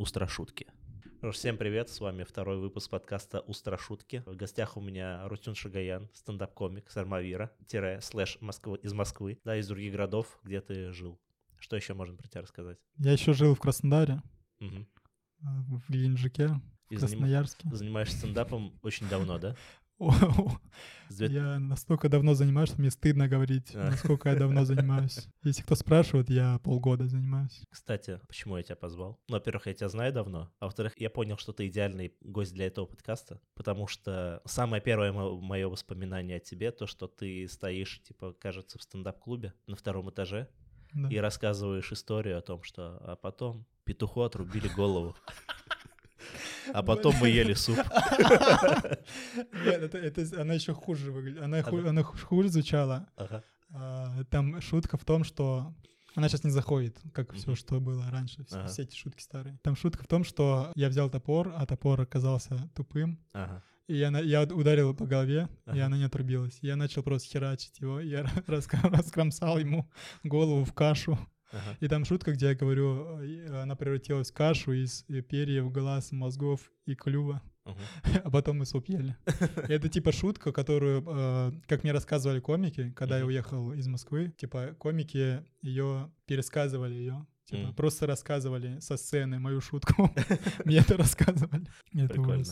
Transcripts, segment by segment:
Устрашутки. Всем привет, с вами второй выпуск подкаста Устрашутки. В гостях у меня Рустюн Шагаян, стендап-комик с Армавира, слэш из Москвы, да, из других городов, где ты жил. Что еще можно про тебя рассказать? Я еще жил в Краснодаре, Угу. в Геленджике, в Красноярске. Занимаешься стендапом очень давно, да? Я настолько давно занимаюсь, что мне стыдно говорить, насколько я давно занимаюсь. Если кто спрашивает, я полгода занимаюсь. Кстати, почему я тебя позвал? Ну, во-первых, я тебя знаю давно, а во-вторых, я понял, что ты идеальный гость для этого подкаста, потому что самое первое мое воспоминание о тебе, то, что ты стоишь, типа, кажется, в стендап-клубе на втором этаже, да, и рассказываешь историю о том, что потом петуху отрубили голову. А потом мы ели суп. Нет, она еще хуже выглядит. Она хуже звучала. Там шутка в том, что... Она сейчас не заходит, как все, что было раньше, все эти шутки старые. Там шутка в том, что я взял топор, а топор оказался тупым. И я ударил по голове, и она не отрубилась. Я начал просто херачить его, я раскромсал ему голову в кашу. И там шутка, где я говорю, она превратилась в кашу из перьев, глаз, мозгов и клюва, а потом мы суп ели. Это типа шутка, которую, как мне рассказывали комики, когда я уехал из Москвы, типа комики ее пересказывали ее. Типа просто рассказывали со сцены мою шутку. Мне это рассказывали. Прикольно.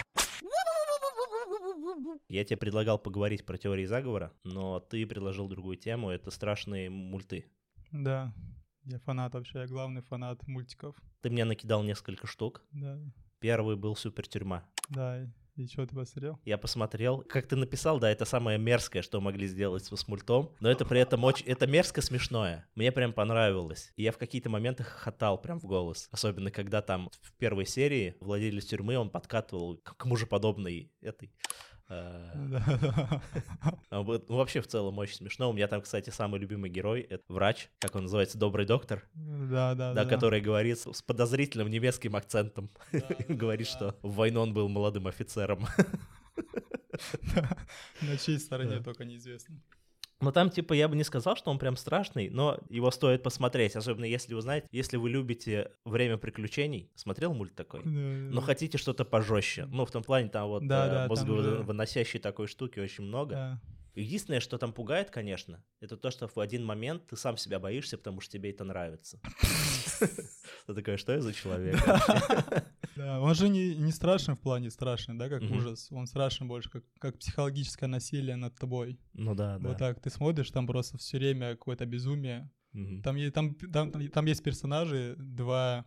Я тебе предлагал поговорить про теории заговора, но ты предложил другую тему, это страшные мульты. Да, я фанат вообще, я главный фанат мультиков. Ты мне накидал несколько штук. Да. Первый был «Супер тюрьма». Да, и что, ты посмотрел? Я посмотрел. Как ты написал, да, это самое мерзкое, что могли сделать с мультом, но это при этом это мерзко смешное. Мне прям понравилось. И я в какие-то моменты хохотал прям в голос. Особенно, когда там в первой серии владелец тюрьмы, он подкатывал к мужеподобной этой... Ну, вообще в целом очень смешно. У меня там, кстати, самый любимый герой — это врач, как он называется, добрый доктор. Да. Который говорит с подозрительным немецким акцентом. Говорит, что в войну он был молодым офицером. На чьей стороне только неизвестно. Но там, типа, я бы не сказал, что он прям страшный, но его стоит посмотреть, особенно если вы знаете, если вы любите «Время приключений». Смотрел мульт такой? Но хотите что-то пожестче. Ну, в том плане, там вот мозговыносящей такой штуки очень много. Да. Единственное, что там пугает, конечно, это то, что в один момент ты сам себя боишься, потому что тебе это нравится. Ты такой, что я за человек? Да, он же не страшный в плане страшный, да, как ужас. Он страшен больше, как психологическое насилие над тобой. Ну да. Вот так, ты смотришь, там просто все время какое-то безумие. Там есть персонажи, два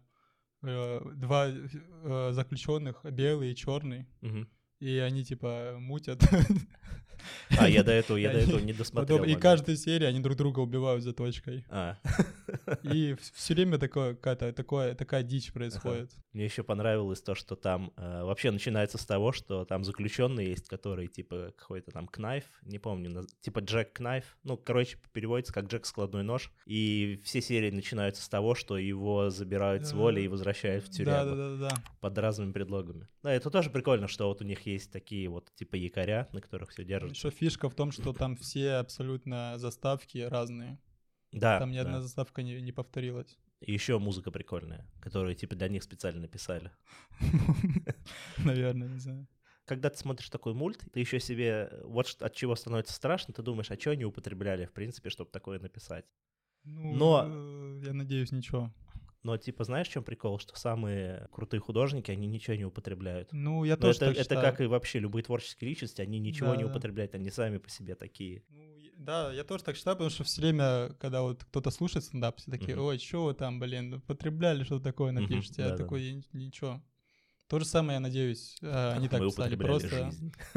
заключенных, белый и черный. И они типа мутят. Я до этого не досмотрел. И каждой серии они друг друга убивают заточкой. И все время такая дичь происходит. Мне еще понравилось то, что там вообще начинается с того, что там заключенный есть, который типа какой-то там Кнайф, не помню, типа Джек Кнайф. Ну, короче, переводится как Джек Складной нож. И все серии начинаются с того, что его забирают с воли и возвращают в тюрягу. Да. Под разными предлогами. Да, это тоже прикольно, что вот у них есть такие вот типа якоря, на которых все держится. Еще фишка в том, что там все абсолютно заставки разные. Да. Там ни одна заставка не повторилась. И еще музыка прикольная, которую типа для них специально написали. Наверное, не знаю. Когда ты смотришь такой мульт, ты еще себе вот от чего становится страшно, ты думаешь, а что они употребляли, в принципе, чтобы такое написать. Но я надеюсь, ничего. Но, типа, знаешь, в чем прикол? Что самые крутые художники, они ничего не употребляют. Ну, я тоже так считаю. Это как и вообще любые творческие личности, они ничего не употребляют, они сами по себе такие. Да, я тоже так считаю, потому что все время, когда вот кто-то слушает стендап, все такие, ой, что вы там, блин, употребляли, что-то такое напишите. Я такой, ничего. То же самое, я надеюсь, они так писали. Просто...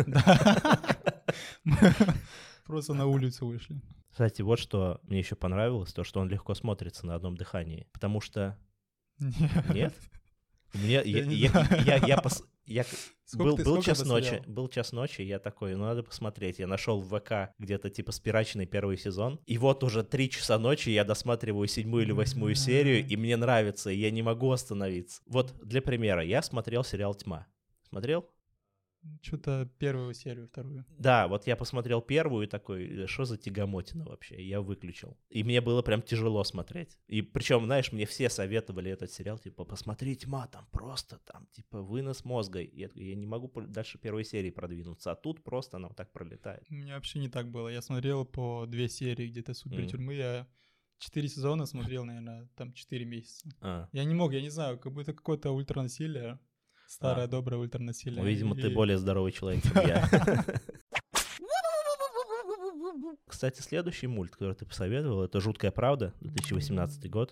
Просто на улицу вышли. Кстати, вот что мне еще понравилось, то, что он легко смотрится на одном дыхании, потому что... Нет? Был час ночи, я такой, надо посмотреть. Я нашел в ВК где-то типа спирачный первый сезон, и вот уже 3 часа ночи я досматриваю 7-ю или 8-ю серию, и мне нравится, и я не могу остановиться. Вот для примера, я смотрел сериал «Тьма». Смотрел? Что-то первую серию, вторую. Да, вот я посмотрел первую и такой, что за тягомотина вообще? И я выключил. И мне было прям тяжело смотреть. И причем, знаешь, мне все советовали этот сериал, типа, посмотри «Тьма», там просто, там, типа, вынос мозга. Я не могу дальше первой серии продвинуться, а тут просто она вот так пролетает. У меня вообще не так было. Я смотрел по 2 серии где-то «Супер тюрьмы». Я 4 сезона смотрел, наверное, там 4 месяца. Я не мог, я не знаю, как будто какое-то ультранасилие. Старое доброе ультранасилие. Ну, видимо, ты более здоровый человек, чем я. Кстати, следующий мульт, который ты посоветовал, это «Жуткая правда», 2018 год.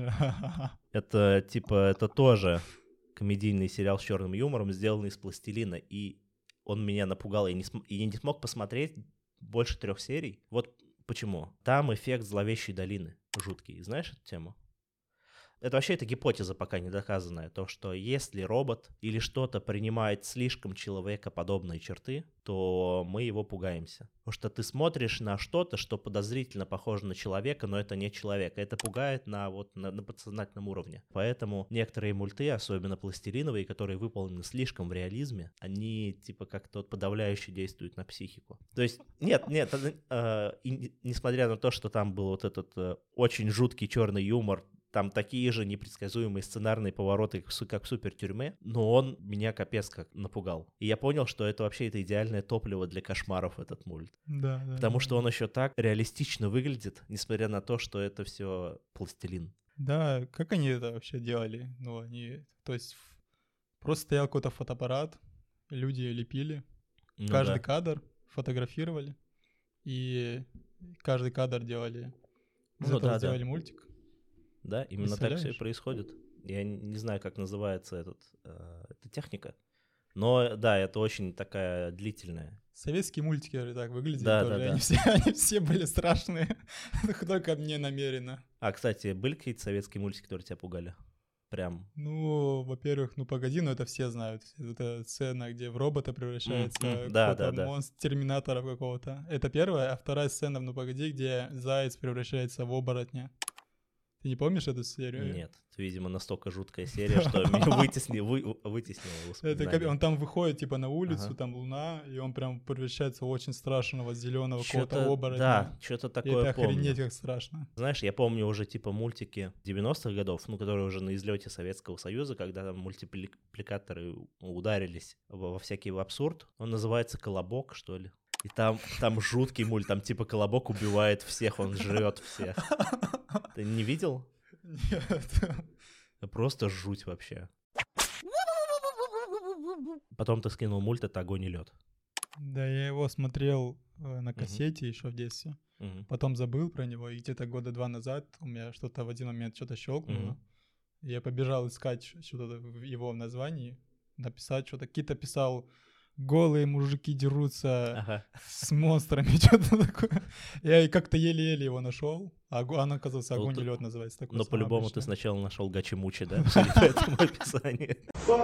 Это, типа, это тоже комедийный сериал с черным юмором, сделанный из пластилина, и он меня напугал, я не смог посмотреть больше 3 серий. Вот почему. Там эффект зловещей долины жуткий. Знаешь эту тему? Это вообще это гипотеза пока не доказанная, то, что если робот или что-то принимает слишком человекоподобные черты, то мы его пугаемся. Потому что ты смотришь на что-то, что подозрительно похоже на человека, но это не человек. Это пугает на подсознательном уровне. Поэтому некоторые мульты, особенно пластилиновые, которые выполнены слишком в реализме, они типа как-то подавляюще действуют на психику. То есть, нет, несмотря на то, что там был вот этот очень жуткий черный юмор, там такие же непредсказуемые сценарные повороты, как в «Супертюрьме», но он меня капец как напугал. И я понял, что это вообще это идеальное топливо для кошмаров, этот мульт. Да. Потому что он еще так реалистично выглядит, несмотря на то, что это все пластилин. Да, как они это вообще делали? То есть просто стоял какой-то фотоаппарат, люди лепили, каждый кадр фотографировали, и каждый кадр делали, сделали мультик. Да, именно так все и происходит. Я не знаю, как называется эта техника, но да, это очень такая длительная. Советские мультики так выглядели тоже. Они все были страшные, только мне намеренно. А, кстати, были какие-то советские мультики, которые тебя пугали? Прям. Ну, во-первых, погоди, но это все знают. Это сцена, где в робота превращается монстр, терминатора какого-то. Это первая, а вторая сцена в «Ну погоди», где заяц превращается в оборотня. Ты не помнишь эту серию? Нет, это, видимо, настолько жуткая серия, что меня вытеснила воспоминания. Он там выходит типа на улицу, там луна, и он прям превращается в очень страшного зеленого какого-то оборотня. Да, что-то такое это помню. Охренеть, как страшно. Знаешь, я помню уже типа мультики 90-х годов, которые уже на излете Советского Союза, когда там мультипликаторы ударились во всякий абсурд. Он называется «Колобок», что ли. И там жуткий мульт, там типа Колобок убивает всех, он жрет всех. Ты не видел? Нет. Просто жуть вообще. Потом ты скинул мульт, это «Огонь и лед». Да, я его смотрел на кассете еще в детстве. Потом забыл про него, и где-то 2 года назад у меня что-то в один момент что-то щелкнуло. Я побежал искать что-то в его названии, написать что-то. Какие-то писал «Голые мужики дерутся с монстрами», что-то такое. Я как-то еле-еле его нашел. Он, оказывается, «Огонь и лед» называется. Такой. Но по-любому ты сначала нашел Гачи-Мучи, да? Судя по этому описанию.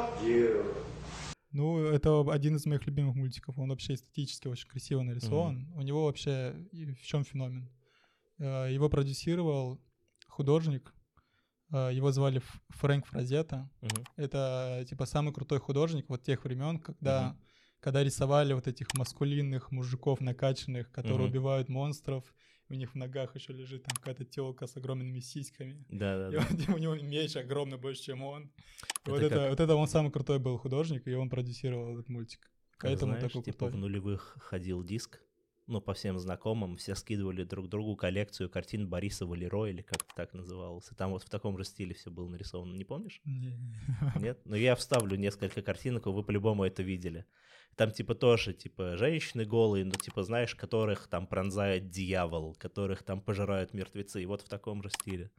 Ну, это один из моих любимых мультиков. Он вообще эстетически очень красиво нарисован. У него вообще в чем феномен? Его продюсировал художник. Его звали Фрэнк Фразетта. Это типа самый крутой художник вот тех времен, когда рисовали вот этих маскулинных мужиков накачанных, которые убивают монстров. У них в ногах еще лежит там какая-то телка с огромными сиськами. Да. И у него меч огромный, больше, чем он. Вот это он самый крутой был художник, и он продюсировал этот мультик. Поэтому знаешь, такой типа крутой. в нулевых ходил диск, по всем знакомым, все скидывали друг другу коллекцию картин Бориса Валеро, или как-то так называлось. И там вот в таком же стиле все было нарисовано. Не помнишь? Нет? Но я вставлю несколько картинок, вы по-любому это видели. Там типа тоже, женщины голые, но знаешь, которых там пронзает дьявол, которых там пожирают мертвецы, и вот в таком же стиле.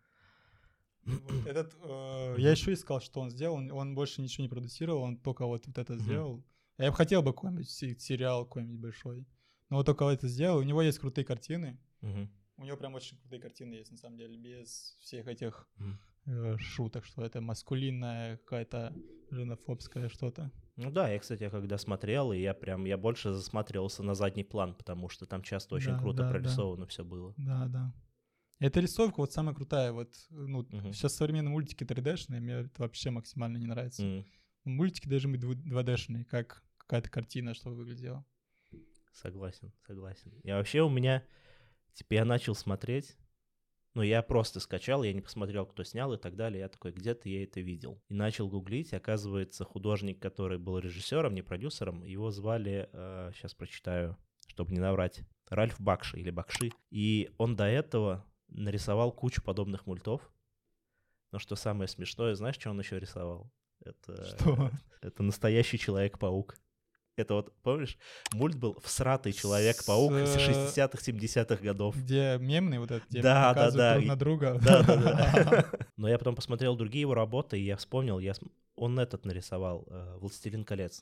Я еще искал, что он сделал, он больше ничего не продюсировал, он только вот это сделал. Я бы хотел бы какой-нибудь сериал какой-нибудь большой, но вот только это сделал. У него есть крутые картины, у него прям очень крутые картины есть, на самом деле, без всех этих шуток, что это маскулинная какая-то женофобская что-то. Ну да, я, кстати, когда смотрел, и я больше засматривался на задний план, потому что там часто очень круто прорисовано все было. Да. Эта рисовка вот самая крутая. Вот, сейчас современные мультики 3D-шные, мне это вообще максимально не нравится. Мультики должны быть 2D-шные, как какая-то картина, чтобы выглядела. Согласен. У меня, типа, я начал смотреть, я просто скачал, я не посмотрел, кто снял и так далее, я такой, где-то я это видел. И начал гуглить, оказывается, художник, который был режиссером, не продюсером, его звали, сейчас прочитаю, чтобы не наврать, Ральф Бакши или Бакши. И он до этого нарисовал кучу подобных мультов. Но что самое смешное, знаешь, что он еще рисовал? Что? Это настоящий Человек-паук. Это вот, помнишь, мульт был «Всратый Человек-паук» из 60-х, 70-х годов. Где мемный вот этот, где показывают друг на друга. Да. Но я потом посмотрел другие его работы, и я вспомнил, он этот нарисовал, «Властелин колец».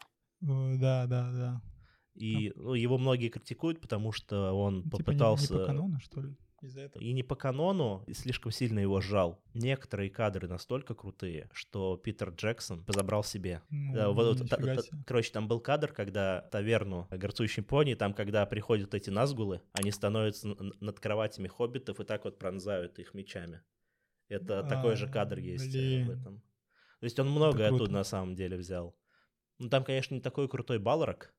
Да. И его многие критикуют, потому что он типа попытался... не по канону, что ли? Из-за этого. И не по канону, и слишком сильно его сжал. Некоторые кадры настолько крутые, что Питер Джексон позабрал себе. Короче, там был кадр, когда таверну «Горцующий пони», там, когда приходят эти назгулы, они становятся над кроватями хоббитов и так вот пронзают их мечами. Это такой же кадр есть в этом. То есть он многое оттуда на самом деле взял. Там, конечно, не такой крутой Балрог,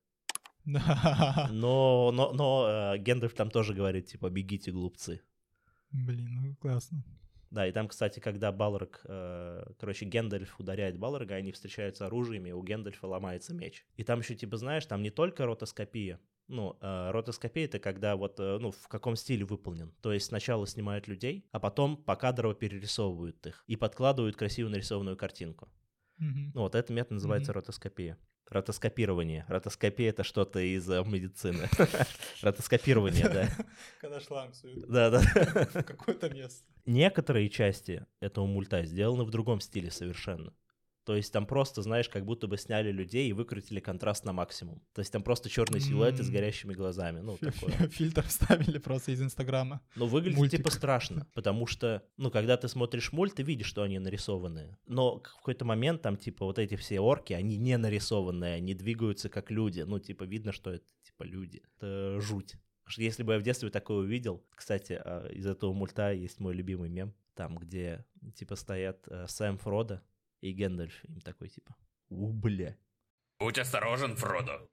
но Гэндальф там тоже говорит, типа, бегите, глупцы. Блин, классно. Да, и там, кстати, когда Балрог, Гэндальф ударяет Балрога, они встречаются оружиями, у Гэндальфа ломается меч. И там еще, типа, знаешь, там не только ротоскопия. Ротоскопия — это когда в каком стиле выполнен. То есть сначала снимают людей, а потом покадрово перерисовывают их и подкладывают красиво нарисованную картинку. Этот метод называется ротоскопия. Ротоскопирование. Ротоскопия — это что-то из медицины. Ротоскопирование, да. Когда шланг суют. Да. В какое-то место. Некоторые части этого мульта сделаны в другом стиле совершенно. То есть там просто, знаешь, как будто бы сняли людей и выкрутили контраст на максимум. То есть там просто черные силуэты с горящими глазами. Такое. Фильтр вставили просто из Инстаграма. Выглядит типа страшно, потому что, когда ты смотришь мульт, ты видишь, что они нарисованные. Но в какой-то момент там, типа, вот эти все орки, они не нарисованные, они двигаются как люди. Видно, что это, типа, люди. Это жуть. Если бы я в детстве такое увидел... Кстати, из этого мульта есть мой любимый мем, там, где, типа, стоят Сэм, Фродо и Гэндальф, им такой, типа, бля. Будь осторожен, Фродо.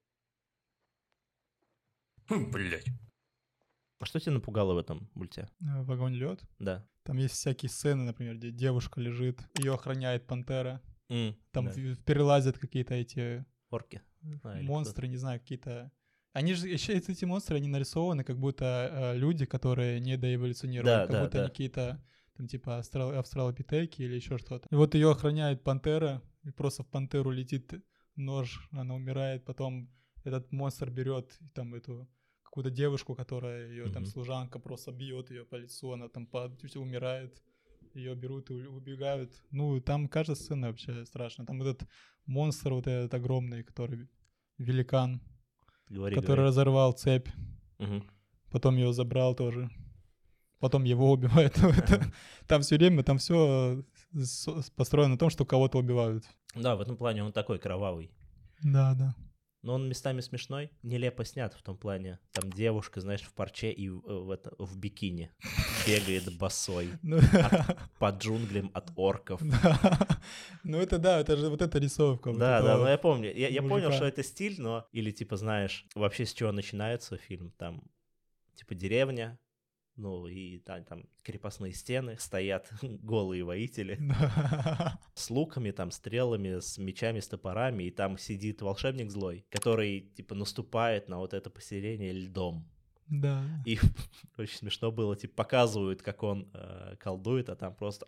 Блять. А что тебя напугало в этом мульте? В «Огонь, лед»? Да. Там есть всякие сцены, например, где девушка лежит, ее охраняет пантера. Там да. перелазят какие-то эти... Орки. Монстры, не знаю, какие-то... Они же, еще эти монстры, они нарисованы, как будто люди, которые не доэволюционировали, как будто они какие-то... там типа австралопитеки или еще что-то. И вот ее охраняет пантера, и просто в пантеру летит нож, она умирает, потом этот монстр берет там эту какую-то девушку, которая ее там служанка, просто бьет ее по лицу, она там умирает, ее берут и убегают. Там каждая сцена вообще страшная. Там этот монстр вот этот огромный, который великан, который разорвал цепь, потом ее забрал тоже. Потом его убивают. Там все время, там все построено на том, что кого-то убивают. Да, в этом плане он такой кровавый. Да. Но он местами смешной, нелепо снят в том плане. Там девушка, знаешь, в парче и в бикини бегает босой по джунглям от орков. Это же вот эта рисовка. Да, но я помню. Я понял, что это стиль, но... Или типа, знаешь, вообще с чего начинается фильм? Там типа деревня, и там крепостные стены, стоят голые воители с луками, там, стрелами, с мечами, с топорами, и там сидит волшебник злой, который, типа, наступает на вот это поселение льдом. Да. И очень смешно было, типа, показывают, как он колдует, а там просто...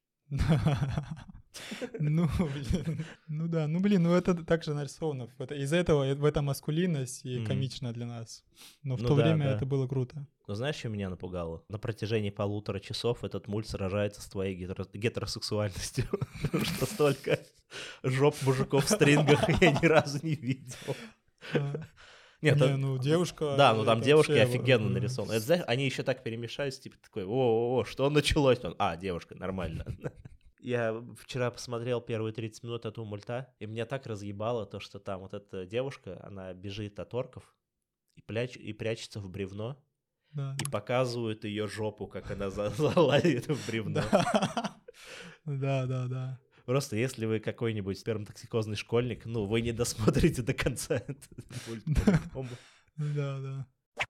Это так же нарисовано. Из-за этого в этом маскулинность и комично для нас. Но в то время это было круто. Но знаешь, что меня напугало? На протяжении 1,5 часов этот мульт сражается с твоей гетеросексуальностью. Потому что столько жоп мужиков в стрингах я ни разу не видел. Нет, девушка... Да, там девушки офигенно нарисованы. Это, знаешь, они еще так перемешаются, типа такой, что началось? Девушка, нормально. Я вчера посмотрел первые 30 минут этого мульта, и меня так разъебало то, что там вот эта девушка, она бежит от орков и прячется в бревно, и показывают ее жопу, как она залазит в бревно. Да. Просто если вы какой-нибудь сперматоксикозный школьник, ну, вы не досмотрите до конца этот мульт. Да.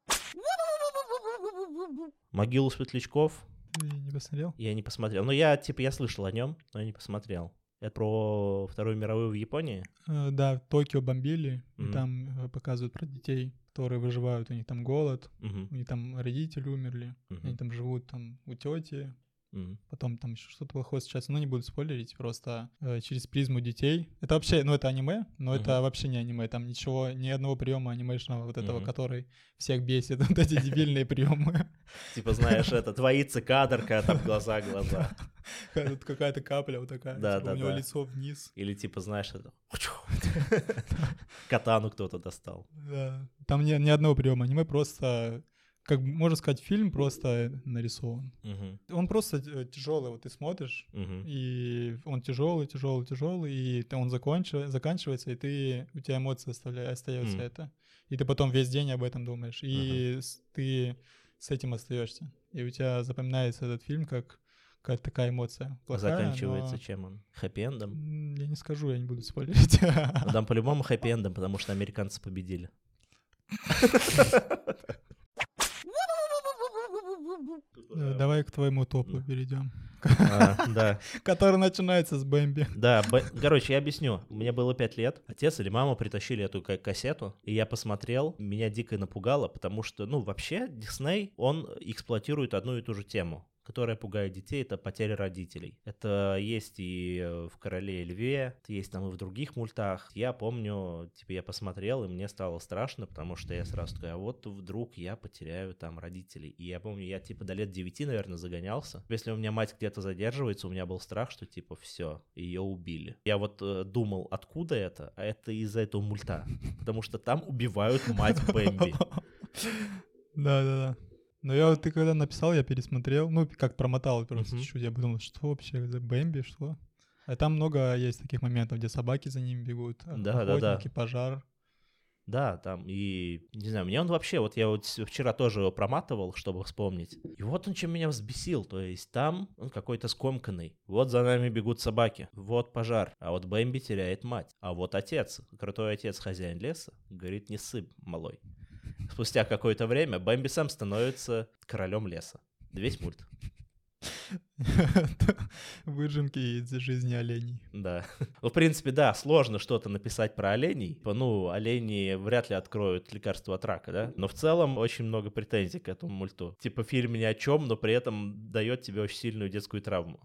«Могилу светлячков». Ты не посмотрел? Я не посмотрел. Ну, я слышал о нем, но я не посмотрел. Это про Вторую мировую в Японии? Да, Токио бомбили, и там показывают про детей, которые выживают. У них там голод, у них там родители умерли, они там живут там у тети. Потом там еще что-то плохое случается. Ну, не буду спойлерить, просто через призму детей. Это вообще, ну, это аниме, но это вообще не аниме. Там ничего, ни одного приема анимешного вот этого, который всех бесит. Вот эти дебильные приемы. Типа, знаешь, это твоится кадр, когда там глаза. Тут какая-то капля вот такая. У него лицо вниз. Или типа, знаешь, это... Катану кто-то достал. Да. Там ни одного приема аниме, просто... Как можно сказать, фильм просто нарисован. Он просто тяжелый, вот ты смотришь, и он тяжелый, и он заканчивается, и у тебя эмоции остается это. И ты потом весь день об этом думаешь, и ты с этим остаешься. И у тебя запоминается этот фильм как какая-то такая эмоция плохая. Заканчивается чем он? Хэппи-эндом? Я не скажу, я не буду спойлерить. Там по-любому хэппи-эндом, потому что американцы победили. Давай к твоему топу перейдем. Да. Который начинается с Бэмби. Да, короче, я объясню. Мне было 5 лет. Отец или мама притащили эту кассету, и я посмотрел. Меня дико напугало, потому что, ну, вообще, Дисней, он эксплуатирует одну и ту же тему, которая пугает детей, это потеря родителей. Это есть и в «Короле и Льве», это есть там и в других мультах. Я помню, типа, я посмотрел, и мне стало страшно, потому что я сразу такой, а вот вдруг я потеряю там родителей. И я помню, я типа до лет 9, наверное, загонялся. Если у меня мать где-то задерживается, у меня был страх, что типа все, ее убили. Я вот думал, откуда это? А это из-за этого мульта. Потому что там убивают мать Бэмби. Да. Но ты когда написал, я пересмотрел, ну, как промотал просто чуть-чуть, я подумал, что вообще за Бэмби, что? А там много есть таких моментов, где собаки за ним бегут, охотники, пожар. Да, там, и, не знаю, мне он вообще, вот я вот вчера тоже его проматывал, чтобы вспомнить, и вот он чем меня взбесил, то есть там он какой-то скомканный, вот за нами бегут собаки, вот пожар, а вот Бэмби теряет мать, а вот отец, крутой отец, хозяин леса, говорит, не сыпь, малой. Спустя какое-то время Бэмби сам становится королем леса. Весь мульт. Выжимки из жизни оленей. Да. Ну, в принципе, да, сложно что-то написать про оленей. Ну, олени вряд ли откроют лекарство от рака, да? Но в целом очень много претензий к этому мульту. Типа фильм ни о чем, но при этом дает тебе очень сильную детскую травму.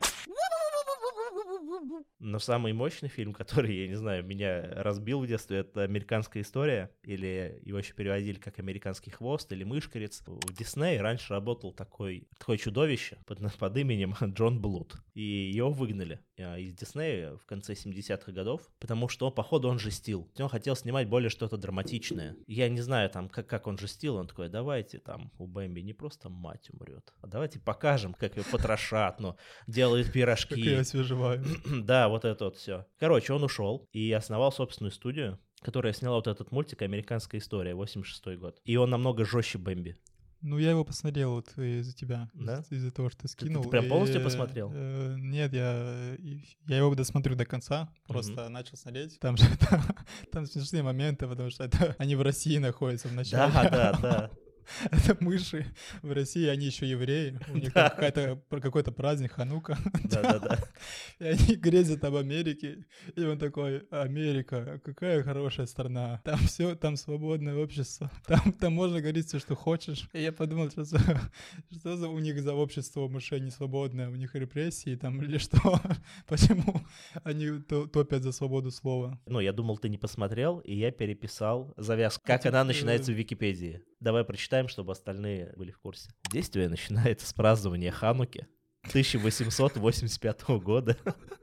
Но самый мощный фильм, который, я не знаю, меня разбил в детстве, это «Американская история», или его еще переводили как «Американский хвост» или «Мышкарец». В Диснее раньше работал такое чудовище под именем Джон Блуд, и его выгнали из Диснея в конце 70-х годов, потому что, походу, он жестил. Он хотел снимать более что-то драматичное. Я не знаю, там, как он жестил, он такой, давайте, там, у Бэмби не просто мать умрет, а давайте покажем, как ее потрошат, но делают пирожки. Как ее освежевают. Да, вот это вот все. Короче, он ушел и основал собственную студию, которая сняла вот этот мультик «Американская история», 86-й год. И он намного жестче Бэмби. Ну, я его посмотрел вот из-за тебя, да? из-за того, что ты скинул. Ты прям полностью посмотрел? Нет, я его досмотрю до конца, просто начал смотреть. Там смешные моменты, потому что они в России находятся в начале. Да. Это мыши в России, они еще евреи, у них какой-то праздник Ханука. Да. И они грезят об Америке, и он такой, Америка, какая хорошая страна, там все, там свободное общество, там можно говорить все, что хочешь. И я подумал, что за у них за общество мышей не свободное, у них репрессии там или что, почему они топят за свободу слова. Ну, я думал, ты не посмотрел, и я переписал завязку, как она начинается в Википедии. Давай прочитаем, чтобы остальные были в курсе. Действие начинается с празднования Хануки 1885 года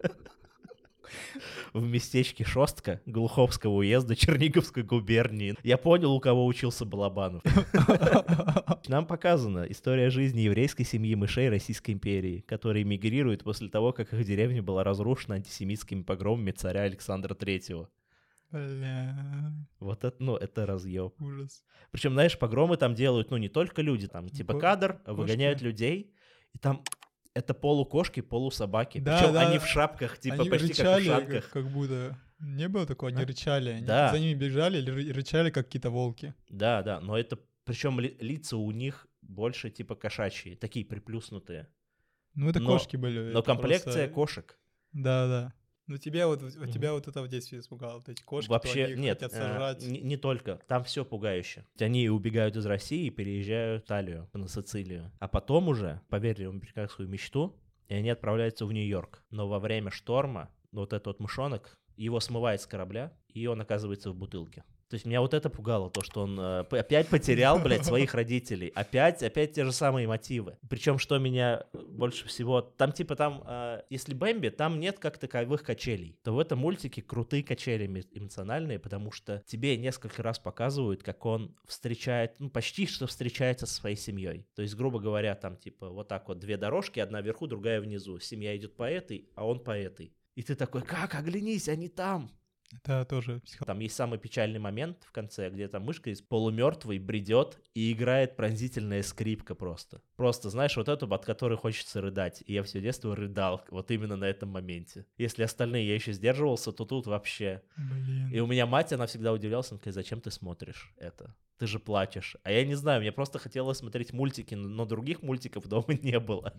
в местечке Шостка Глуховского уезда Черниговской губернии. Я понял, у кого учился Балабанов. Нам показана история жизни еврейской семьи мышей Российской империи, которые мигрируют после того, как их деревня была разрушена антисемитскими погромами царя Александра Третьего. Бля. Вот это, это разъеб. Ужас. Причем, знаешь, погромы там делают, не только люди, там, типа кадр, выгоняют людей, и там это полукошки, полусобаки. Да, Причем да. они в шапках, типа Они почти рычали, как в шапках. как будто... Не было такого, они рычали. Они Да. за ними бежали и рычали, как какие-то волки. Да, но это... Причем лица у них больше типа кошачьи, такие приплюснутые. Ну, это кошки были. Но это комплекция просто... кошек. Да. Ну, тебя вот это в детстве испугало, вот эти кошки, Вообще, то они нет, хотят сожрать. не только. Там все пугающе. Они убегают из России и переезжают в Италию, на Сицилию. А потом уже поверили в американскую мечту, и они отправляются в Нью-Йорк. Но во время шторма вот этот вот мышонок, его смывает с корабля, и он оказывается в бутылке. То есть меня вот это пугало, то, что он опять потерял, блядь, своих родителей. Опять те же самые мотивы. Причем, что меня больше всего... Там, если Бэмби, там нет как таковых качелей, то в этом мультике крутые качели эмоциональные, потому что тебе несколько раз показывают, как он встречает, почти что встречается со своей семьей. То есть, грубо говоря, там, типа, вот так вот две дорожки, одна вверху, другая внизу. Семья идет по этой, а он по этой. И ты такой, как, оглянись, они там. Это тоже Там есть самый печальный момент в конце, где там мышка из полумертвой бредет и играет пронзительная скрипка просто. Просто, знаешь, вот эту, от которой хочется рыдать. И я все детство рыдал вот именно на этом моменте. Если остальные я еще сдерживался, то тут вообще... Блин. И у меня мать, она всегда удивлялась, она говорит, зачем ты смотришь это? Ты же плачешь. А я не знаю, мне просто хотелось смотреть мультики, но других мультиков дома не было.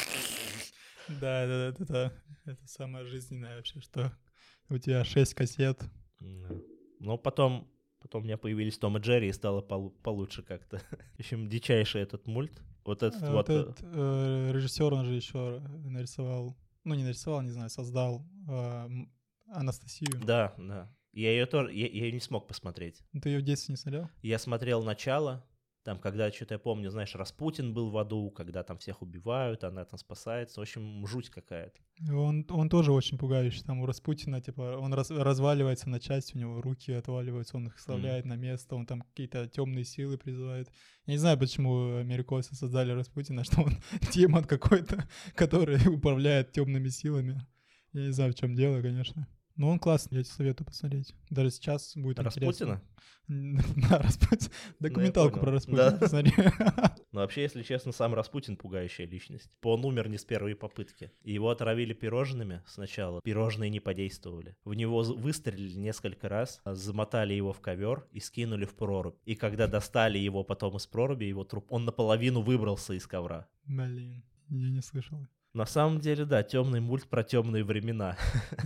Да, это самое жизненное вообще, что... У тебя 6 кассет. Ну, потом у меня появились Том и Джерри, и стало получше как-то. В общем, дичайший этот мульт. Вот этот вот... Режиссер, он же еще нарисовал... Ну, не нарисовал, не знаю, создал Анастасию. Да. Я ее тоже... Я ее не смог посмотреть. Ты ее в детстве не смотрел? Я смотрел начало. Там, когда, что-то я помню, знаешь, Распутин был в аду, когда там всех убивают, она там спасается. В общем, жуть какая-то. Он тоже очень пугающий. Там у Распутина, типа, он разваливается на части, у него руки отваливаются, он их вставляет на место, он там какие-то темные силы призывает. Я не знаю, почему американцы создали Распутина, что он демон какой-то, который управляет темными силами. Я не знаю, в чем дело, конечно. Но он классный, я тебе советую посмотреть. Даже сейчас будет Распутина? интересно. Да, Распутин. Документалку про Распутина посмотри. Ну, вообще, если честно, сам Распутин пугающая личность. Он умер не с первой попытки. Его отравили пирожными сначала. Пирожные не подействовали. В него выстрелили несколько раз, замотали его в ковер и скинули в прорубь. И когда достали его потом из проруби, его труп, он наполовину выбрался из ковра. Блин, я не слышал. На самом деле, да, темный мульт про темные времена.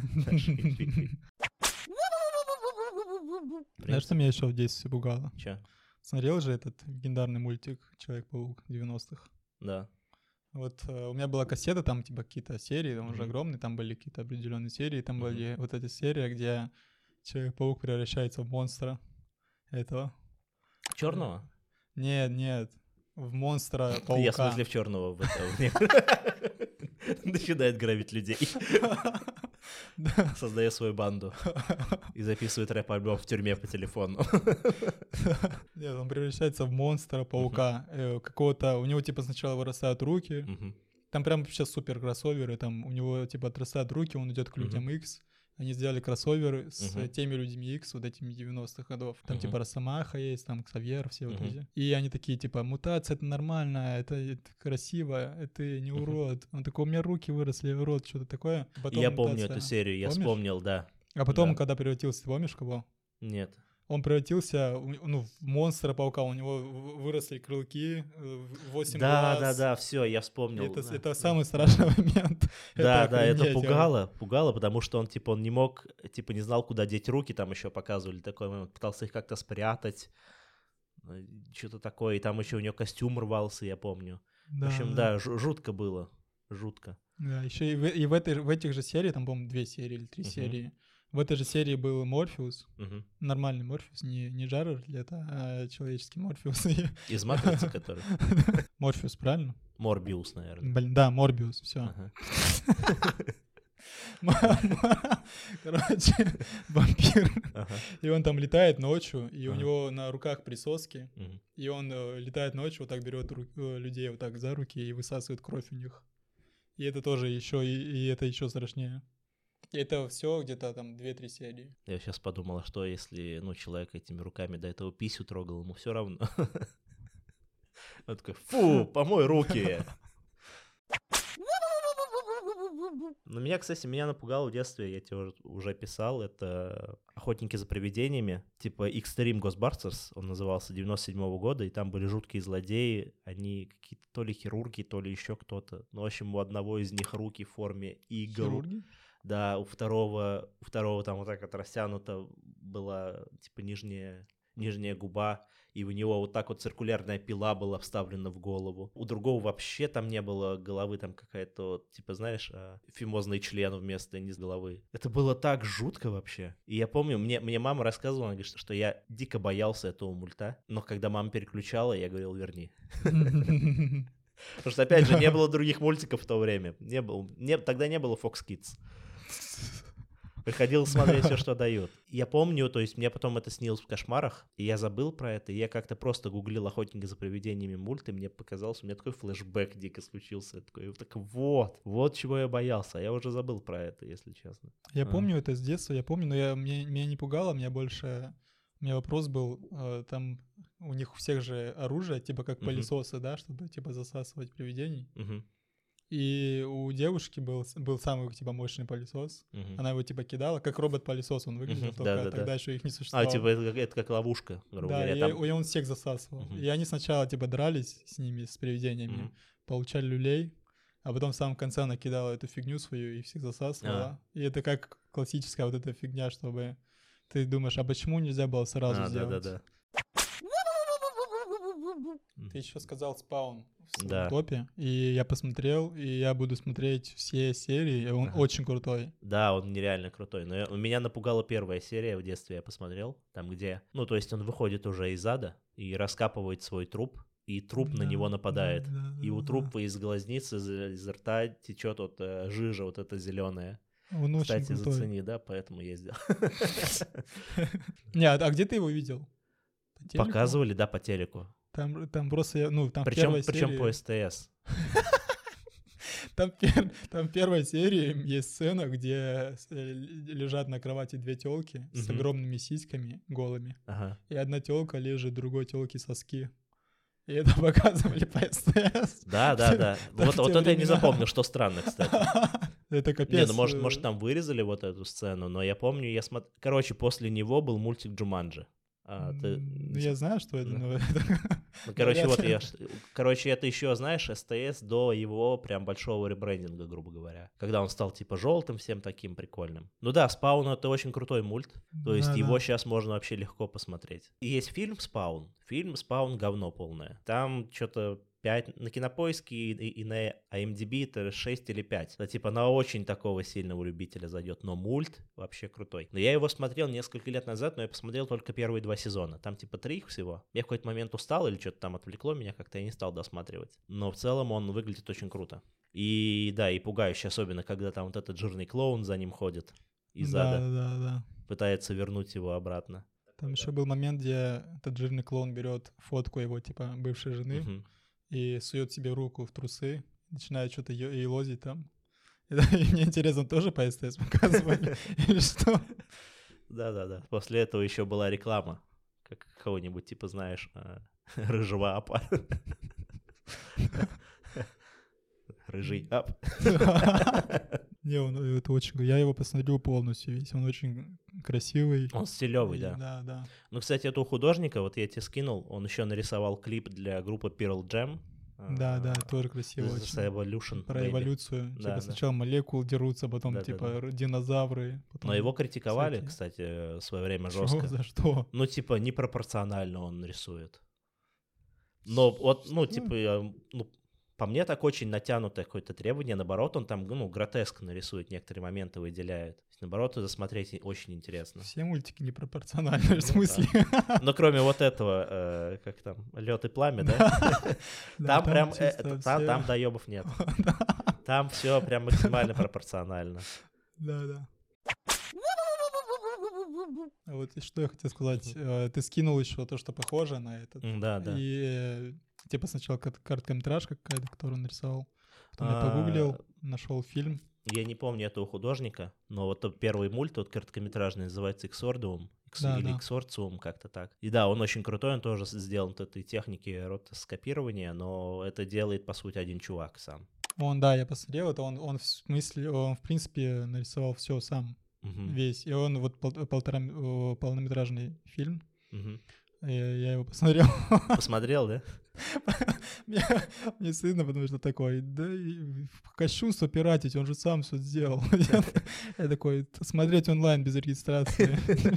Знаешь, что меня еще в детстве пугало? Че? Смотрел же этот легендарный мультик «Человек-паук» 90-х? Да. Вот у меня была кассета, там типа какие-то серии, там уже огромные, там были какие-то определенные серии, там были вот эта серия, где Человек-паук превращается в монстра этого. Черного? Нет, в монстра-паука. Я в смысле в черного. Начинает грабить людей. Создает свою банду. И записывает рэп-альбом в тюрьме по телефону. Нет, он превращается в монстра-паука. Какого-то... У него типа сначала вырастают руки. Там прям сейчас супер кроссоверы. Там у него типа отрастают руки, он идет к людям X. Они сделали кроссоверы с теми людьми X, вот этими 90-х годов. Там типа Росомаха есть, там Ксавьер, все вот эти. И они такие типа, мутация — это нормально, это красиво, это не урод. Он такой, у меня руки выросли, урод, что-то такое. Потом я помню эту серию, я вспомнил, да. А потом, когда превратился, помнишь кого? Нет. Он превратился в монстра-паука, у него выросли крылки, 8 глаз. Да, все, я вспомнил. Это самый страшный момент. Да, это пугало, потому что он, типа, он не мог, типа, не знал, куда деть руки, там еще показывали такой момент, пытался их как-то спрятать, что-то такое, и там еще у него костюм рвался, я помню. В общем, да, жутко было, жутко. Да, еще и в этих же сериях, там, по-моему, 2 серии или 3 серии, в этой же серии был Морфеус, нормальный Морфеус, не Джаред Лето, а человеческий Морфеус. Из «Матрицы», который? Морфеус, правильно? Морбиус, наверное. Блин, да, Морбиус, все. Короче, вампир. И он там летает ночью, и у него на руках присоски, и он летает ночью, вот так берет людей вот так за руки и высасывает кровь у них. И это тоже еще, и это еще страшнее. И это все где-то там 2-3 серии. Я сейчас подумал, что если, человек этими руками до этого писю трогал, ему все равно. Он такой, фу, помой руки. Ну, меня, кстати, напугало в детстве, я тебе уже писал, это «Охотники за привидениями», типа Extreme Ghostbusters, он назывался, 97-го года, и там были жуткие злодеи, они какие-то то ли хирурги, то ли еще кто-то. Ну, в общем, у одного из них руки в форме игл. Хирурги? Да, у второго там вот так вот растянута была, типа, нижняя губа, и у него вот так вот циркулярная пила была вставлена в голову. У другого вообще там не было головы, там какая-то, типа, знаешь, фимозный член вместо низ головы. Это было так жутко вообще. И я помню, мне мама рассказывала, она говорит, что я дико боялся этого мульта, но когда мама переключала, я говорил, верни. Потому что, опять же, не было других мультиков в то время. Тогда не было Fox Kids. Приходилось смотреть все, что дают. Я помню, то есть мне потом это снилось в кошмарах, и я забыл про это, и я как-то просто гуглил «Охотники за привидениями» мульт, и мне показалось, у меня такой флешбэк дико случился. Я такой, вот чего я боялся, а я уже забыл про это, если честно. Я помню это с детства, но меня не пугало, у меня вопрос был, там у них у всех же оружие, типа как пылесосы, да, чтобы типа засасывать привидений. И у девушки был самый типа мощный пылесос. Она его типа кидала, как робот-пылесос он выглядел, только тогда еще их не существовало. Типа это как ловушка, грубо говоря. И он всех засасывал. И они сначала типа дрались с ними, с привидениями, получали люлей, а потом в самом конце она кидала эту фигню свою и всех засасывала. И это как классическая вот эта фигня, чтобы ты думаешь, а почему нельзя было сразу сделать? Да. Ты еще сказал «Спаун» в своем топе, и я посмотрел, и я буду смотреть все серии, и он очень крутой. Да, он нереально крутой, но меня напугала первая серия в детстве, я посмотрел, там где, то есть он выходит уже из ада и раскапывает свой труп, и труп на него нападает, и у трупа из глазницы, из рта течет вот жижа вот эта зеленая. Он кстати, очень крутой. зацени, да, поэтому я сделал. Не, а где ты его видел? Показывали, да, по телеку. Там просто, там причем, в первой серии... по СТС. Там в первой серии есть сцена, где лежат на кровати две тёлки с огромными сиськами голыми. И одна тёлка лежит другой тёлке соски. И это показывали по СТС. Да. Вот это я не запомнил, что странно, кстати. Это капец. Не, может там вырезали вот эту сцену, но я помню, короче, после него был мультик «Джуманджи». Я знаю, что это, но... Короче, это еще, знаешь, СТС до его прям большого ребрендинга, грубо говоря. Когда он стал типа желтым, всем таким прикольным. Ну да, «Спаун» — это очень крутой мульт. То есть его сейчас можно вообще легко посмотреть. И есть фильм «Спаун». Фильм «Спаун» — говно полное. Там что-то 5 на Кинопоиске и на IMDb это 6 или 5. Это типа на очень такого сильного любителя зайдет, но мульт вообще крутой. Но я его смотрел несколько лет назад, но я посмотрел только первые 2 сезона. Там типа 3 их всего. Я в какой-то момент устал или что-то там отвлекло меня, как-то я не стал досматривать. Но в целом он выглядит очень круто. И да, и пугающий, особенно когда там вот этот жирный клоун за ним ходит из ада. Да. Пытается вернуть его обратно. Там еще был момент, где этот жирный клоун берет фотку его типа бывшей жены, и сует себе руку в трусы, начинает что-то елозить там. И мне интересно, тоже по СТС показывали или что? Да. После этого еще была реклама, как какого-нибудь, типа, знаешь, рыжего апа. Рыжий ап. Не, это очень... Я его посмотрел полностью весь, он очень красивый. Он стилевый, да. Да. Ну, кстати, этого художника, вот я тебе скинул, он еще нарисовал клип для группы Pearl Jam. Да, тоже красиво очень. Evolution, про эволюцию. Типа сначала молекулы дерутся, потом типа динозавры. Но его критиковали, кстати, в свое время жестко. За что? Ну, типа, непропорционально он рисует. Но вот, по мне так очень натянутое какое-то требование, наоборот, он там, гротескно рисует, некоторые моменты выделяет. Наоборот, это смотреть очень интересно. Все мультики непропорциональны, в смысле. Но кроме вот этого, как там, «Лед и пламя», да? Там прям, там доебов нет. Там все прям максимально пропорционально. Да. Вот и что я хотел сказать. Ты скинул еще то, что похоже на этот. Да. И типа сначала короткометражка какая-то, которую он нарисовал. Потом я погуглил, нашел фильм. Я не помню этого художника, но вот тот первый мульт, тот короткометражный, называется «Эксордиум». Или «Эксорциум», как-то так. И да, он очень крутой, он тоже сделан от этой техники ротоскопирования, но это делает, по сути, один чувак сам. Да, я посмотрел это, он в смысле, он в принципе нарисовал все сам, весь, и он вот полнометражный фильм, я его посмотрел. Посмотрел, да? Мне стыдно, потому что такой, да, кощунство пиратить, он же сам все сделал. Я такой, смотреть онлайн без регистрации.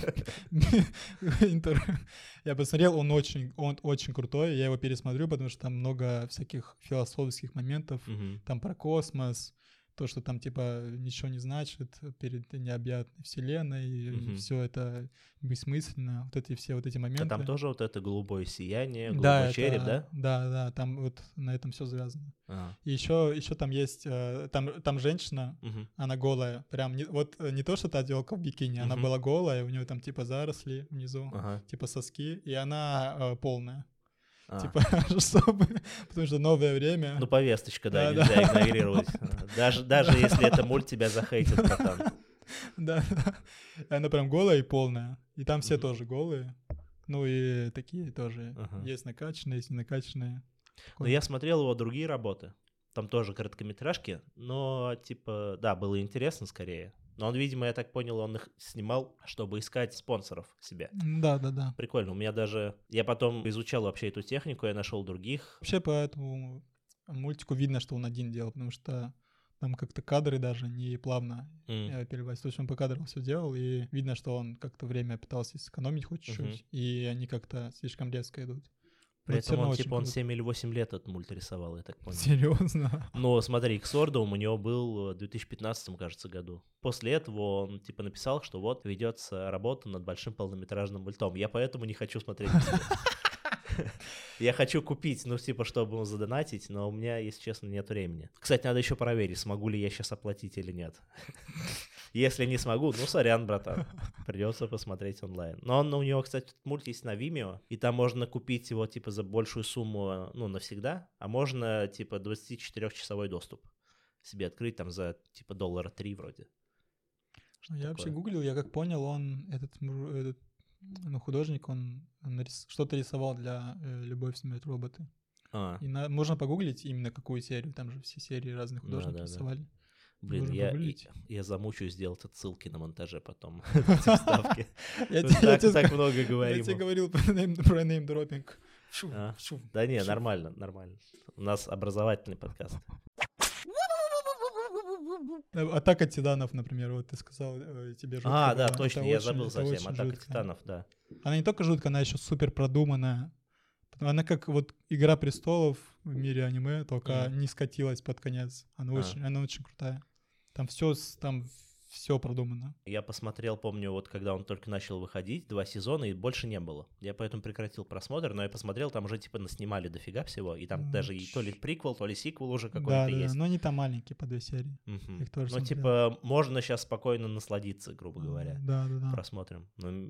Я посмотрел, он очень крутой, я его пересмотрю, потому что там много всяких философских моментов, там про космос, то, что там, типа, ничего не значит перед необъятной вселенной, все это бессмысленно, вот эти моменты. А там тоже вот это голубое сияние, голубой череп, да? Да, там вот на этом все завязано. И еще там есть, там женщина, она голая, прям, не то, что та девушка в бикини, она была голая, у нее там, типа, заросли внизу, типа, соски, и она полная. Типа, чтобы... Потому что новое время. Ну, повесточка, да, нельзя игнорировать. Даже если это мульт, тебя захейтит, братан. Да. Она прям голая и полная. И там все тоже голые. Ну и такие тоже. Есть накачанные, есть не накачанные. Но я смотрел его другие работы. Там тоже короткометражки. Но, типа, да, было интересно скорее. Но он, видимо, я так понял, он их снимал, чтобы искать спонсоров себе. Да. Прикольно. У меня даже... Я потом изучал вообще эту технику, я нашел других. Вообще по этому мультику видно, что он один делал, потому что там как-то кадры даже не плавно перебивались. То есть он по кадрам все делал, и видно, что он как-то время пытался сэкономить хоть чуть-чуть, и они как-то слишком резко идут. При этом он 7 или 8 лет этот мульт рисовал, я так понял. Серьезно? Но смотри, Xordom у него был в 2015, кажется, году. После этого он типа написал, что вот ведется работа над большим полнометражным мультом. Я поэтому не хочу смотреть. Я хочу купить, ну типа, чтобы ему задонатить, но у меня, если честно, нет времени. Кстати, надо еще проверить, смогу ли я сейчас оплатить или нет. Если не смогу, ну сорян, братан, придется посмотреть онлайн. Но у него, кстати, мульт есть на Vimeo, и там можно купить его типа за большую сумму, ну навсегда, а можно типа 24-часовой доступ себе открыть там за типа $3 вроде. Я вообще гуглил, я как понял, он этот художник, он что-то рисовал для «Любовь, смерть, роботы». И можно погуглить именно какую серию, там же все серии разных художников рисовали. Блин, я замучаюсь сделать отсылки на монтаже потом. Вставки. Так много говорим. Я тебе говорил про неймдропинг. Да не, нормально. У нас образовательный подкаст. Атака титанов, например, вот ты сказал, тебе жутко было. Да, точно, я забыл совсем. Атака титанов, да. Она не только жуткая, она еще супер продуманная. Она как вот «Игра престолов» в мире аниме, только не скатилась под конец. Она очень крутая. Там все продумано. Я посмотрел, помню, вот когда он только начал выходить, 2 сезона, и больше не было. Я поэтому прекратил просмотр, но я посмотрел, там уже типа наснимали дофига всего, и там даже и то ли приквел, то ли сиквел уже какой-то есть. Да, но они там маленькие, по 2 серии. Их тоже типа можно сейчас спокойно насладиться, грубо говоря, просмотром.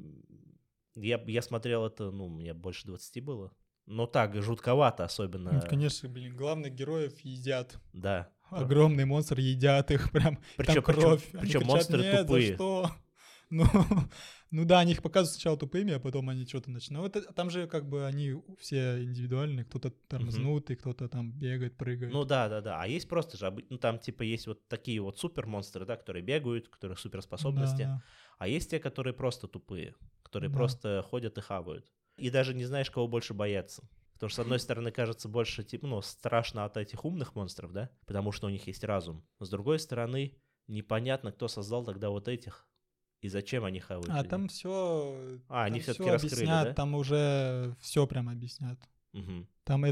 Я смотрел это, мне больше 20 было. Но так, жутковато особенно. Конечно, главных героев едят. Да. Огромный монстр, едят их прям, там кровь. Причем монстры тупые. За что? Ну да, они их показывают сначала тупыми, а потом они что-то начинают. Там же как бы они все индивидуальные, кто-то тормознутый, кто-то там бегает, прыгает. Ну да. А есть просто же, там типа есть вот такие вот супермонстры, да, которые бегают, у которых суперспособности. Да. А есть те, которые просто тупые, которые просто ходят и хавают. И даже не знаешь, кого больше бояться. Потому что, с одной стороны, кажется больше, страшно от этих умных монстров, да, потому что у них есть разум. Но с другой стороны, непонятно, кто создал тогда вот этих и зачем они хавают. Там все... они все-таки раскрыли, да? Там уже все прям объяснят. Там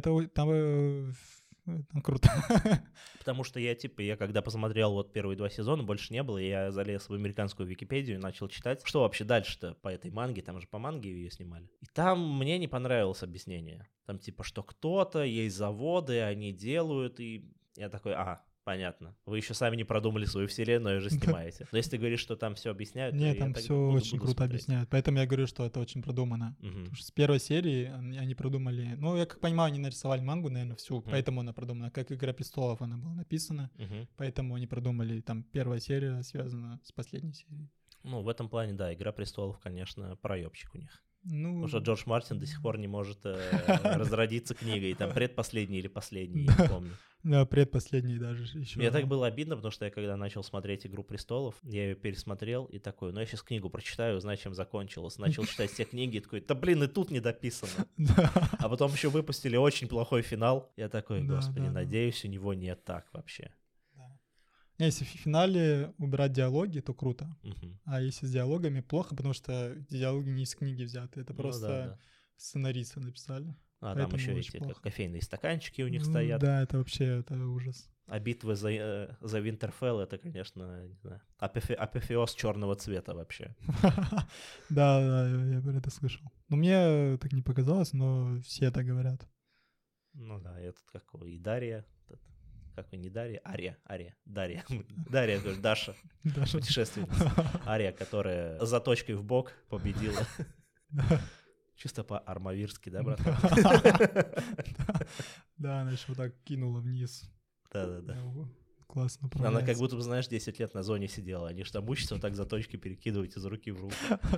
круто. Потому что я когда посмотрел вот первые 2 сезона, больше не было, и я залез в американскую Википедию и начал читать, что вообще дальше-то по этой манге, там же по манге ее снимали. И там мне не понравилось объяснение. Там типа, что кто-то, есть заводы, они делают, и я такой, понятно. Вы еще сами не продумали свою вселенную, уже снимаете. Но если ты говоришь, что там все объясняют... Нет, там все очень круто объясняют. Поэтому я говорю, что это очень продумано. Потому что с первой серии они продумали... Ну, я как понимаю, они нарисовали мангу, наверное, всю, поэтому она продумана. Как «Игра престолов» она была написана, поэтому они продумали. Там первая серия связана с последней серией. Ну, в этом плане, да, «Игра престолов», конечно, проебчик у них. Ну... Потому что Джордж Мартин до сих пор не может разродиться книгой. Там предпоследний или последний, я не помню. Да, предпоследний даже еще. Мне так было обидно, потому что я когда начал смотреть «Игру престолов», я ее пересмотрел и такой, ну я сейчас книгу прочитаю, узнаю, чем закончилось. Начал читать все книги и такой, да блин, и тут не дописано. А потом еще выпустили очень плохой финал. Я такой, господи, надеюсь, у него не так вообще. Если в финале убирать диалоги, то круто. А если с диалогами, плохо, потому что диалоги не из книги взяты. Это просто сценаристы написали. А там еще эти как кофейные стаканчики у них стоят. Да, это вообще ужас. А битвы за Винтерфелл — это, конечно, не знаю, апофеоз черного цвета вообще. Да, я про это слышал. Но мне так не показалось, но все так говорят. Ну да, этот какой, и Дарья, какой не Дарья, Ария, Дарья, Даша, путешественница, Ария, которая заточкой в бок победила. Чисто по-армавирски, да, брат? Да, она еще вот так кинула вниз. Да. Классно. Она как будто, знаешь, 10 лет на зоне сидела. Они же там учатся вот так заточки перекидывать из руки в руку.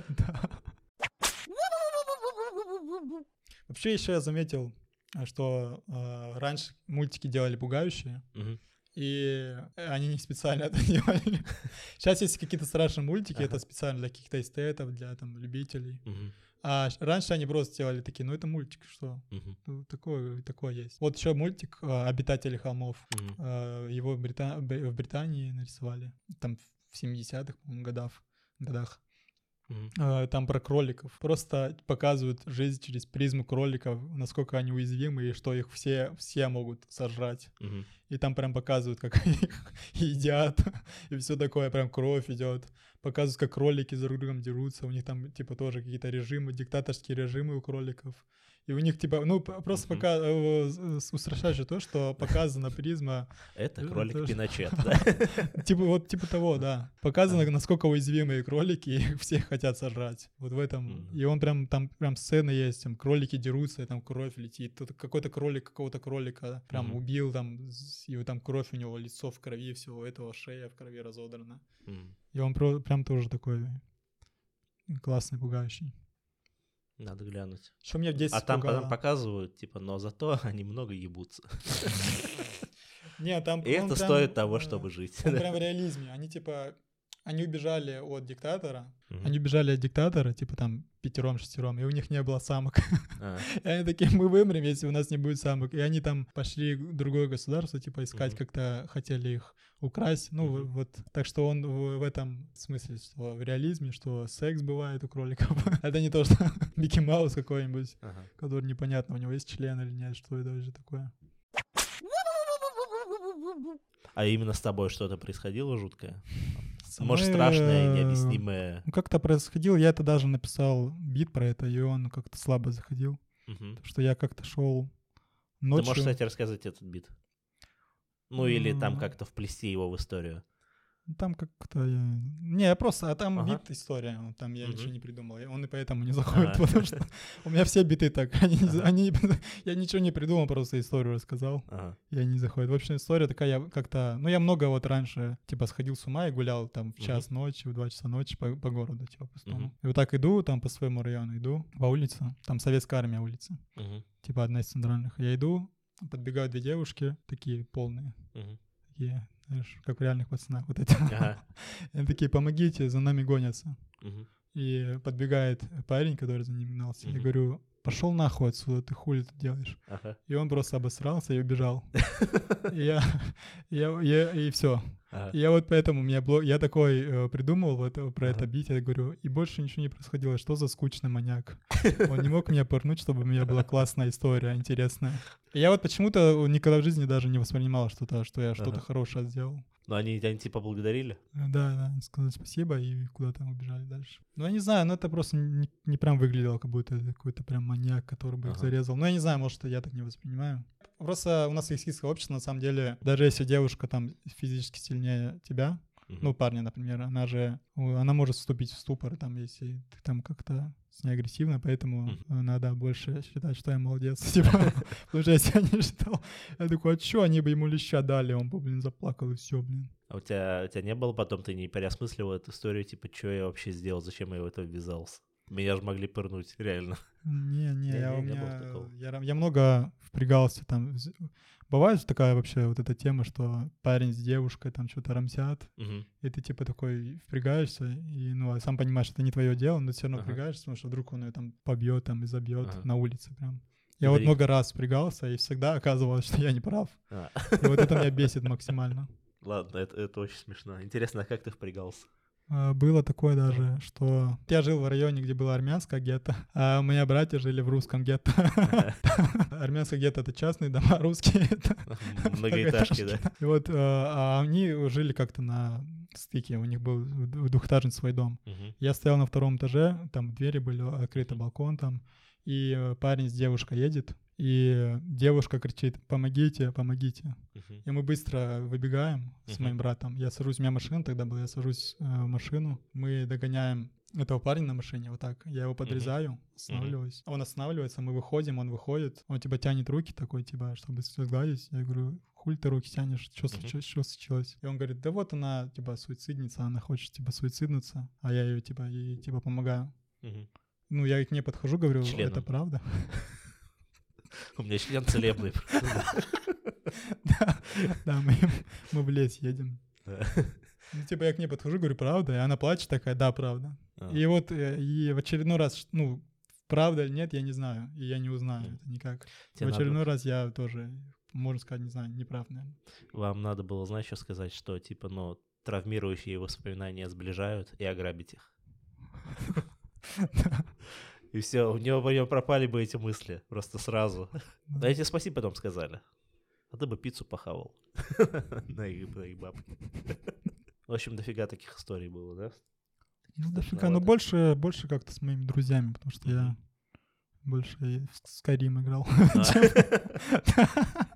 Вообще еще я заметил, что раньше мультики делали пугающие, и они не специально это делали. Сейчас есть какие-то страшные мультики, это специально для каких-то эстетов, для там любителей. А раньше они просто делали такие, ну это мультик, что? Такое есть. Вот еще мультик «Обитатели холмов». Его в Британии нарисовали. Там в 70-х, по-моему, годах. Там про кроликов. Просто показывают жизнь через призму кроликов, насколько они уязвимы и что их все могут сожрать. И там прям показывают, как они их едят, и все такое, прям кровь идет. Показывают, как кролики друг с другом дерутся. У них там типа тоже какие-то режимы, диктаторские режимы у кроликов. И у них типа, ну просто пока устрашающе то, что показана призма. Это кролик Пиночет, да? Типа того, да. Показано, насколько уязвимые кролики, и их всех хотят сожрать. Вот в этом. И он там сцены есть, там кролики дерутся, и там кровь летит. Тут какой-то кролик какого-то кролика прям убил, там, и там кровь у него, лицо в крови, всего этого, шея в крови разодрана. И он прям тоже такой классный, пугающий. Надо глянуть. Что мне в детстве там потом показывают, типа, но зато они много ебутся. Нет, там... И это стоит того, чтобы жить. Он прям в реализме. Они убежали от диктатора, типа там 5-6, и у них не было самок. И они такие, мы вымрем, если у нас не будет самок. И они там пошли в другое государство, типа искать, как-то хотели их украсть. Ну, вот. Так что он в этом смысле, что в реализме, что секс бывает у кроликов. Это не то, что Микки Маус какой-нибудь, который непонятно, у него есть член или нет, что это вообще такое. А именно с тобой что-то происходило жуткое? Может, страшное, необъяснимое? Ну, как-то происходило, я это даже написал бит про это, и он как-то слабо заходил. Потому что я как-то шел ночью. Ты можешь, кстати, рассказать этот бит? Ну, или там как-то вплести его в историю? Там как-то... Не, просто... там бит история, там я ничего не придумал. Он и поэтому не заходит, потому что у меня все биты так. Я ничего не придумал, просто историю рассказал. И они заходят. В общем, история такая, я как-то... Ну, я много вот раньше, типа, сходил с ума и гулял там в час ночи, в 2 часа ночи по городу, типа, пустому. И вот так иду, там по своему району иду, по улице, там Советская армия улица, типа одна из центральных. Я иду, подбегают 2 девушки, такие полные, такие... Знаешь, как в реальных пацанах вот эти. Они такие, помогите, за нами гонятся. И подбегает парень, который за ним гнался. Я говорю, пошел нахуй отсюда, ты хули тут делаешь? И он просто обосрался и убежал. И все. Я вот поэтому я такой придумал про это бить, я говорю, и больше ничего не происходило. Что за скучный маньяк? Он не мог меня пырнуть, чтобы у меня была классная история, интересная. И я вот почему-то никогда в жизни даже не воспринимал что я что-то хорошее сделал. Но они типа благодарили? Да, сказали спасибо и куда-то убежали дальше. Ну, я не знаю, это просто не прям выглядело, как будто это какой-то прям маньяк, который бы их зарезал. Ну, я не знаю, может, я так не воспринимаю. Просто у нас сексистское общество, на самом деле, даже если девушка там физически сильнее тебя, ну, парня, например, она может вступить в ступор, там, если ты там как-то с ней агрессивно, поэтому надо больше считать, что я молодец, типа, потому что если я не считал, я такой, а чё, они бы ему леща дали, он бы, заплакал и все, А у тебя не было потом, ты не переосмысливал эту историю, типа, что я вообще сделал, зачем я в это ввязался? Меня же могли пырнуть, реально. Я много впрягался там. Бывает такая вообще вот эта тема, что парень с девушкой там что-то рамсят, и ты типа такой впрягаешься, и сам понимаешь, что это не твое дело, но все равно впрягаешься, потому что вдруг он ее там побьет там и забьет на улице прям. Я вот много раз впрягался, и всегда оказывалось, что я не прав. И вот это меня бесит максимально. Ладно, это очень смешно. Интересно, а как ты впрягался? Было такое даже, что я жил в районе, где было армянское гетто, а у меня братья жили в русском гетто. Армянское гетто — это частные дома, русские — это многоэтажки, да? И вот они жили как-то на стыке, у них был двухэтажный свой дом. Я стоял на втором этаже, там двери были открыты, балкон там, и парень с девушкой едет, и девушка кричит: «Помогите, помогите». И мы быстро выбегаем с моим братом. Я сажусь, у меня машина тогда была, я сажусь в машину. Мы догоняем этого парня на машине, вот так. Я его подрезаю, останавливаюсь. Он останавливается, мы выходим, он выходит. Он типа тянет руки такой, типа, чтобы сгладить. Я говорю: «Хуй ты руки тянешь, что случилось?» И он говорит: «Да вот она, типа, суицидница, она хочет, типа, суициднуться, а я ее, типа, ей, типа, помогаю». Ну, я к ней подхожу, говорю: «Это правда?» У меня член целебный. Да, мы в лес едем. Ну, типа, я к ней подхожу, говорю: «Правда?» И она плачет такая: «Да, правда». И вот и в очередной раз, правда или нет, я не знаю. И я не узнаю это никак. В очередной раз я тоже, можно сказать, не знаю, неправ, наверное. Вам надо было, знаешь, что сказать, что, типа, травмирующие воспоминания сближают, и ограбить их. И все, у него пропали бы эти мысли просто сразу. Да эти спасибо потом сказали. А ты бы пиццу похавал. На их бабки. В общем, дофига таких историй было, да? Ну, дофига, но больше как-то с моими друзьями, потому что я больше в Skyrim играл.